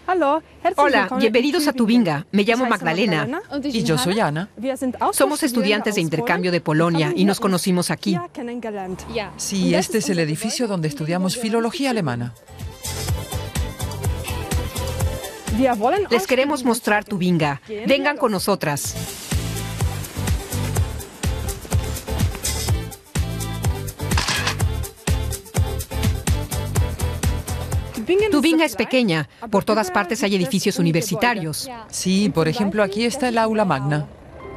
Hola, bienvenidos a Tubinga. Me llamo Magdalena. Y yo soy Ana. Somos estudiantes de intercambio de Polonia y nos conocimos aquí. Sí, este es el edificio donde estudiamos filología alemana. Les queremos mostrar Tubinga. Vengan con nosotras. Tubinga es pequeña. Por todas partes hay edificios universitarios. Sí, por ejemplo, aquí está el aula magna.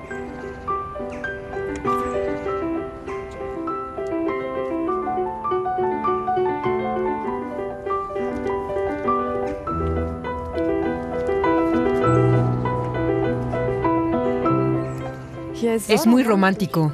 Es muy romántico.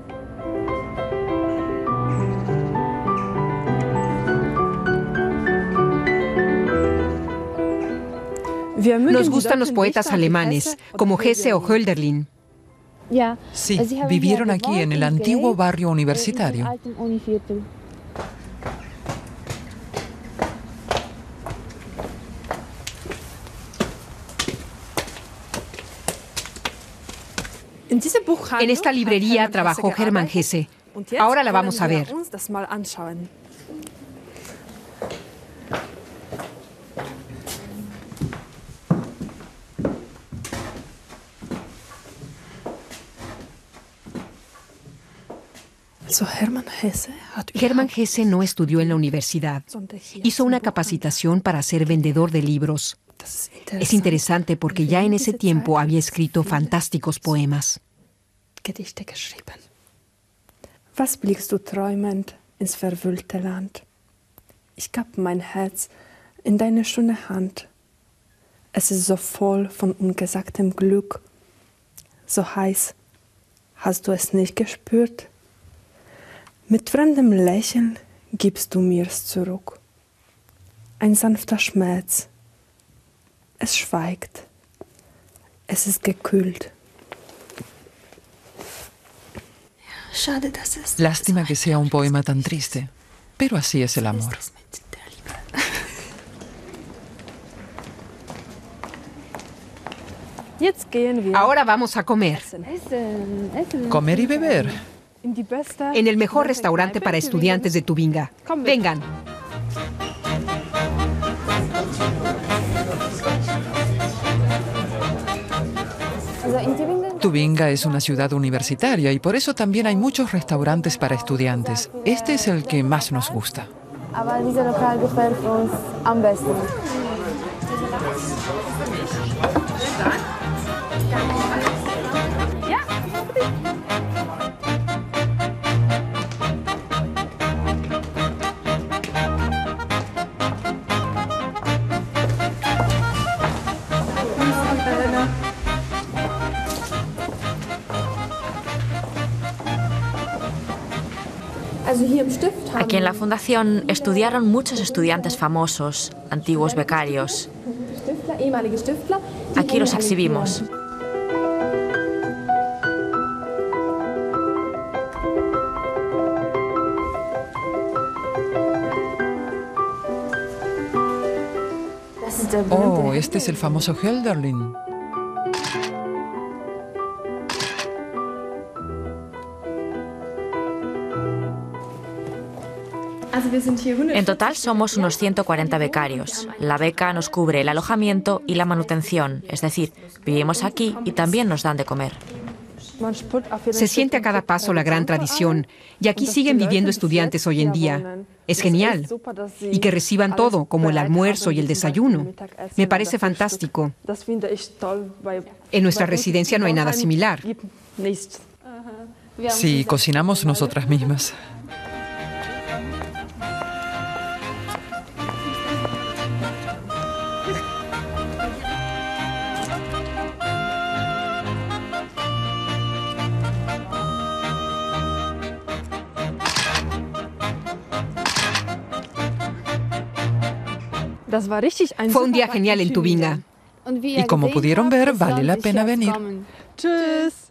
Nos gustan los poetas alemanes, como Hesse o Hölderlin. Sí, vivieron aquí en el antiguo barrio universitario. En esta librería trabajó Hermann Hesse. Ahora la vamos a ver. Hermann Hesse no estudió en la universidad. Hizo una capacitación para ser vendedor de libros. Es interesante porque ya en ese tiempo había escrito fantásticos poemas. Was blickst du träumend ins verwühlte Land? Ich gab mein Herz in deine schöne Hand. Es ist so voll von ungesagtem Glück, so heiß. Hast du es nicht gespürt? Mit fremdem Lächeln gibst du mir's zurück. Ein sanfter Schmerz. Es schweigt. Es ist gekühlt. Lástima que sea un poema tan triste, pero así es el amor. Ahora vamos a comer. Comer y beber. En el mejor restaurante para estudiantes de Tubinga. Vengan. Tubinga es una ciudad universitaria y por eso también hay muchos restaurantes para estudiantes. Este es el que más nos gusta. Aquí en la fundación estudiaron muchos estudiantes famosos, antiguos becarios. Aquí los exhibimos. Oh, este es el famoso Hölderlin. En total somos unos 140 becarios. La beca nos cubre el alojamiento y la manutención, es decir, vivimos aquí y también nos dan de comer. Se siente a cada paso la gran tradición y aquí siguen viviendo estudiantes hoy en día. Es genial. Y que reciban todo, como el almuerzo y el desayuno. Me parece fantástico. En nuestra residencia no hay nada similar. Sí, cocinamos nosotras mismas. Fue un día genial en Tubinga. Y como pudieron ver, vale la pena venir. Tschüss.